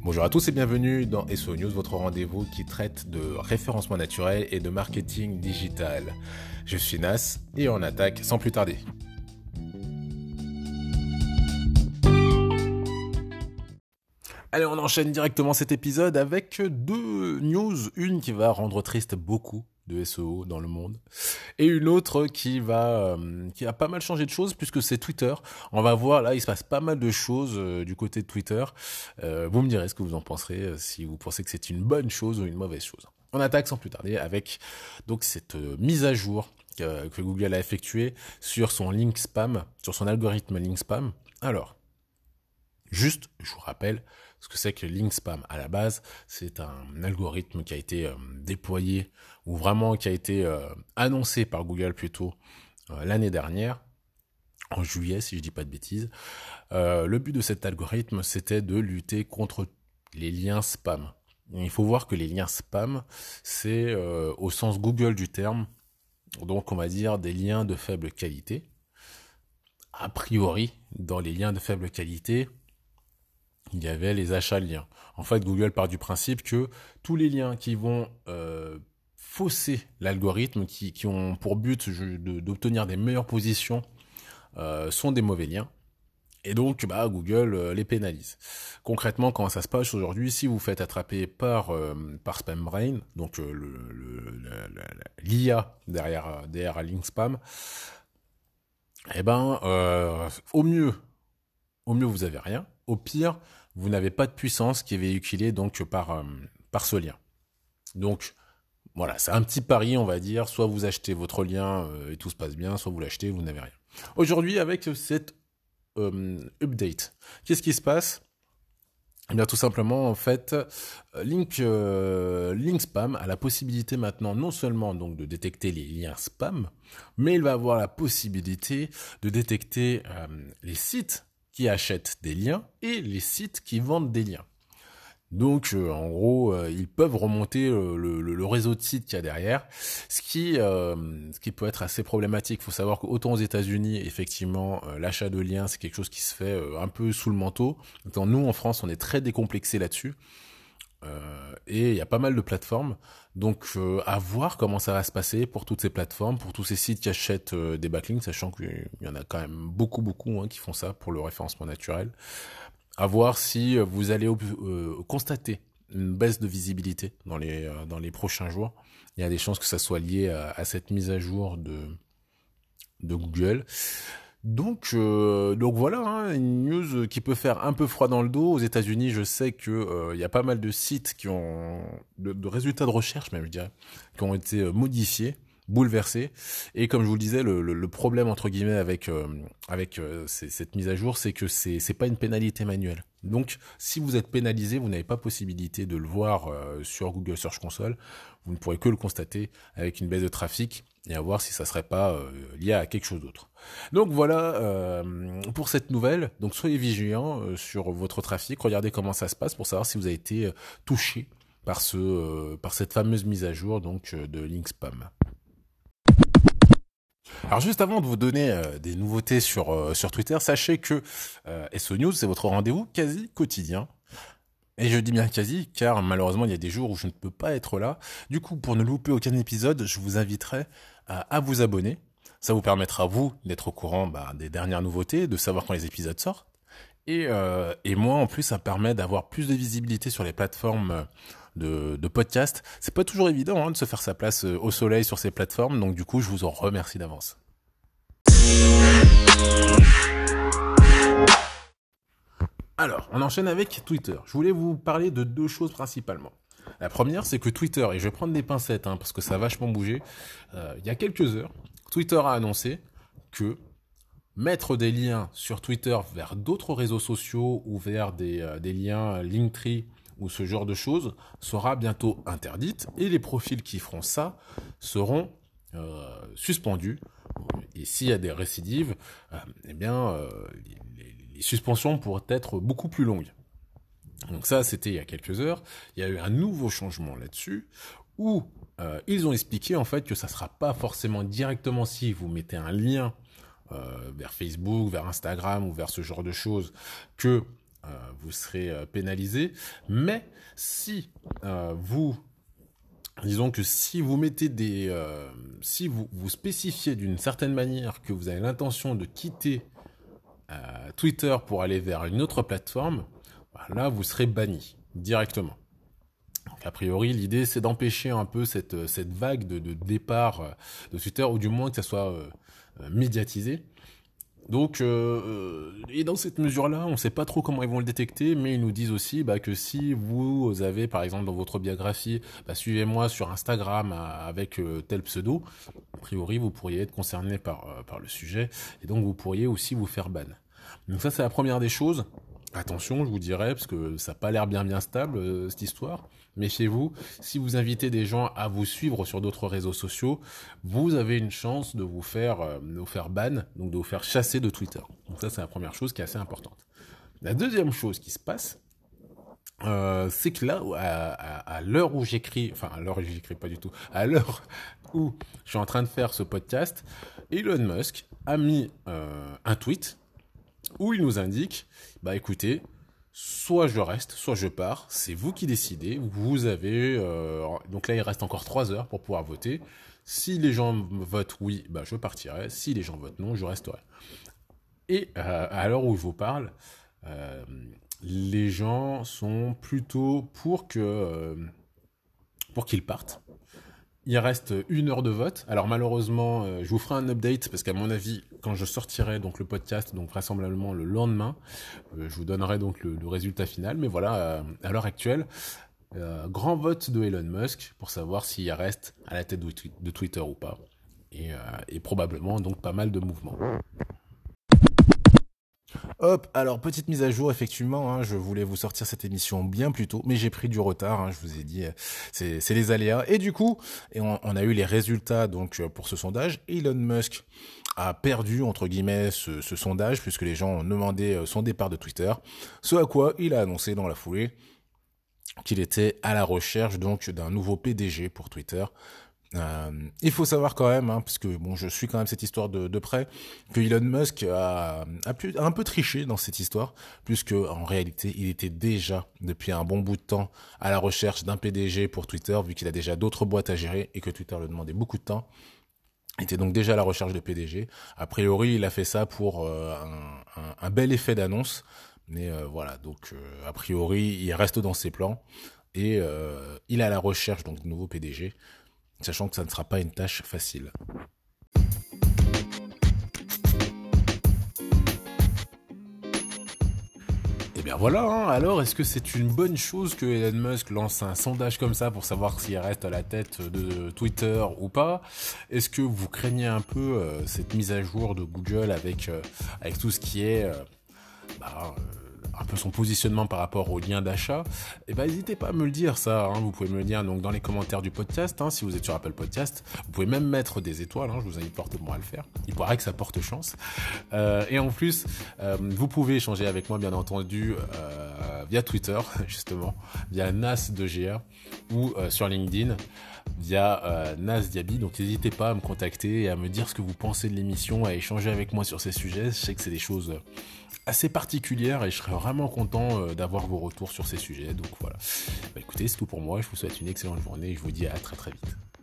Bonjour à tous et bienvenue dans SEO News, votre rendez-vous qui traite de référencement naturel et de marketing digital. Je suis Nas et on attaque sans plus tarder. Allez, on enchaîne directement cet épisode avec deux news. Une qui va rendre triste beaucoup de SEO dans le monde et une autre qui a pas mal changé de choses puisque c'est Twitter. On va voir, là il se passe pas mal de choses du côté de Twitter. Vous me direz ce que vous en penserez, si vous pensez que c'est une bonne chose ou une mauvaise chose. On attaque sans plus tarder avec donc cette mise à jour que Google a effectuée sur son link spam, sur son algorithme link spam. Alors, juste, je vous rappelle ce que c'est que le link spam. À la base, c'est un algorithme qui a été déployé, ou vraiment qui a été annoncé par Google plutôt l'année dernière, en juillet si je dis pas de bêtises. Le but de cet algorithme, c'était de lutter contre les liens spam. Et il faut voir que les liens spam, c'est au sens Google du terme, donc on va dire des liens de faible qualité. A priori, dans les liens de faible qualité, il y avait les achats de liens. En fait, Google part du principe que tous les liens qui vont fausser l'algorithme, qui ont pour but d'obtenir des meilleures positions, sont des mauvais liens. Et donc, Google les pénalise. Concrètement, comment ça se passe aujourd'hui? Si vous faites attraper par SpamBrain, donc l'IA derrière link spam, au mieux vous avez rien. Au pire, vous n'avez pas de puissance qui est véhiculée donc par ce lien. Donc voilà, c'est un petit pari, on va dire. Soit vous achetez votre lien et tout se passe bien, soit vous l'achetez, vous n'avez rien. Aujourd'hui, avec cette update, qu'est-ce qui se passe? Eh bien, tout simplement, en fait, Link Spam a la possibilité maintenant non seulement donc de détecter les liens spam, mais il va avoir la possibilité de détecter les sites qui achètent des liens et les sites qui vendent des liens. Donc, en gros, ils peuvent remonter le réseau de sites qu'il y a derrière, ce qui peut être assez problématique. Il faut savoir qu'autant aux États-Unis, effectivement, l'achat de liens, c'est quelque chose qui se fait un peu sous le manteau. Autant nous, en France, on est très décomplexé là-dessus. Et il y a pas mal de plateformes. Donc, à voir comment ça va se passer pour toutes ces plateformes, pour tous ces sites qui achètent des backlinks, sachant qu'il y en a quand même beaucoup qui font ça pour le référencement naturel. À voir si vous allez constater une baisse de visibilité dans les prochains jours. Il y a des chances que ça soit lié à cette mise à jour de Google. Donc voilà, hein, une news qui peut faire un peu froid dans le dos. Aux États-Unis, je sais que y a pas mal de sites qui ont de résultats de recherche, même je dirais, qui ont été modifiés, bouleversés. Et comme je vous le disais, le problème entre guillemets avec cette mise à jour, c'est que c'est pas une pénalité manuelle. Donc, si vous êtes pénalisé, vous n'avez pas possibilité de le voir sur Google Search Console. Vous ne pourrez que le constater avec une baisse de trafic et à voir si ça serait pas lié à quelque chose d'autre. Donc voilà pour cette nouvelle. Donc soyez vigilants sur votre trafic. Regardez comment ça se passe pour savoir si vous avez été touché par cette fameuse mise à jour donc de link spam. Alors juste avant de vous donner des nouveautés sur Twitter, sachez que SEO News, c'est votre rendez-vous quasi quotidien. Et je dis bien quasi, car malheureusement, il y a des jours où je ne peux pas être là. Du coup, pour ne louper aucun épisode, je vous inviterai à vous abonner. Ça vous permettra, vous, d'être au courant des dernières nouveautés, de savoir quand les épisodes sortent. Et moi, en plus, ça me permet d'avoir plus de visibilité sur les plateformes de podcast. C'est pas toujours évident de se faire sa place au soleil sur ces plateformes, donc du coup, je vous en remercie d'avance. Alors, on enchaîne avec Twitter. Je voulais vous parler de deux choses principalement. La première, c'est que Twitter, et je vais prendre des pincettes parce que ça a vachement bougé, il y a quelques heures, Twitter a annoncé que mettre des liens sur Twitter vers d'autres réseaux sociaux ou vers des liens Linktree ou ce genre de choses sera bientôt interdite et les profils qui feront ça seront suspendus. Et s'il y a des récidives, les suspensions pourraient être beaucoup plus longues. Donc ça, c'était il y a quelques heures. Il y a eu un nouveau changement là-dessus où ils ont expliqué en fait que ça sera pas forcément directement si vous mettez un lien vers Facebook, vers Instagram ou vers ce genre de choses que vous serez pénalisé. Mais si disons que si vous mettez si vous spécifiez d'une certaine manière que vous avez l'intention de quitter Twitter pour aller vers une autre plateforme, là vous serez banni directement. Donc, a priori, l'idée c'est d'empêcher un peu cette vague de départ de Twitter, ou du moins que ça soit médiatisé. Donc, et dans cette mesure-là, on ne sait pas trop comment ils vont le détecter, mais ils nous disent aussi que si vous avez, par exemple, dans votre biographie, suivez-moi sur Instagram avec tel pseudo, a priori, vous pourriez être concerné par le sujet, et donc vous pourriez aussi vous faire ban. Donc ça, c'est la première des choses. Attention, je vous dirais, parce que ça n'a pas l'air bien stable, cette histoire. Méfiez-vous, si vous invitez des gens à vous suivre sur d'autres réseaux sociaux, vous avez une chance de vous faire ban, donc de vous faire chasser de Twitter. Donc ça, c'est la première chose qui est assez importante. La deuxième chose qui se passe, c'est que là, à l'heure où j'écris, enfin à l'heure où j'écris pas du tout, à l'heure où je suis en train de faire ce podcast, Elon Musk a mis un tweet où il nous indique, écoutez, soit je reste, soit je pars, c'est vous qui décidez, vous avez, donc là il reste encore 3 heures pour pouvoir voter, si les gens votent oui, je partirai, si les gens votent non, je resterai. Et à l'heure où je vous parle, les gens sont plutôt pour qu'ils partent. Il reste 1 heure de vote. Alors malheureusement, je vous ferai un update parce qu'à mon avis, quand je sortirai donc le podcast, donc vraisemblablement le lendemain, je vous donnerai donc le résultat final. Mais voilà, à l'heure actuelle, grand vote de Elon Musk pour savoir s'il reste à la tête de Twitter ou pas. Et probablement donc pas mal de mouvements. Hop, alors petite mise à jour, effectivement, je voulais vous sortir cette émission bien plus tôt, mais j'ai pris du retard, je vous ai dit, c'est les aléas. Et du coup, on a eu les résultats donc pour ce sondage. Elon Musk a perdu, entre guillemets, ce sondage, puisque les gens ont demandé son départ de Twitter, ce à quoi il a annoncé dans la foulée qu'il était à la recherche donc d'un nouveau PDG pour Twitter. Il faut savoir quand même, parce que bon, je suis quand même cette histoire de près, que Elon Musk a un peu triché dans cette histoire, puisque en réalité, il était déjà depuis un bon bout de temps à la recherche d'un PDG pour Twitter, vu qu'il a déjà d'autres boîtes à gérer et que Twitter lui demandait beaucoup de temps. Il était donc déjà à la recherche de PDG. A priori, il a fait ça pour un bel effet d'annonce, mais voilà. Donc, a priori, il reste dans ses plans et il est à la recherche donc de nouveaux PDG. Sachant que ça ne sera pas une tâche facile. Et bien voilà, alors est-ce que c'est une bonne chose que Elon Musk lance un sondage comme ça pour savoir s'il reste à la tête de Twitter ou pas? Est-ce que vous craignez un peu cette mise à jour de Google avec tout ce qui est un peu son positionnement par rapport aux liens d'achat? Et n'hésitez pas à me le dire ça, vous pouvez me le dire donc dans les commentaires du podcast, si vous êtes sur Apple Podcast, vous pouvez même mettre des étoiles, je vous invite fortement à le faire, il paraît que ça porte chance. Et en plus, vous pouvez échanger avec moi bien entendu via Twitter, justement, via Nas2GA ou sur LinkedIn via Nas Diaby, donc n'hésitez pas à me contacter et à me dire ce que vous pensez de l'émission, à échanger avec moi sur ces sujets. Je sais que c'est des choses assez particulières et je serais vraiment content d'avoir vos retours sur ces sujets, donc voilà. Écoutez, c'est tout pour moi, je vous souhaite une excellente journée et je vous dis à très très vite.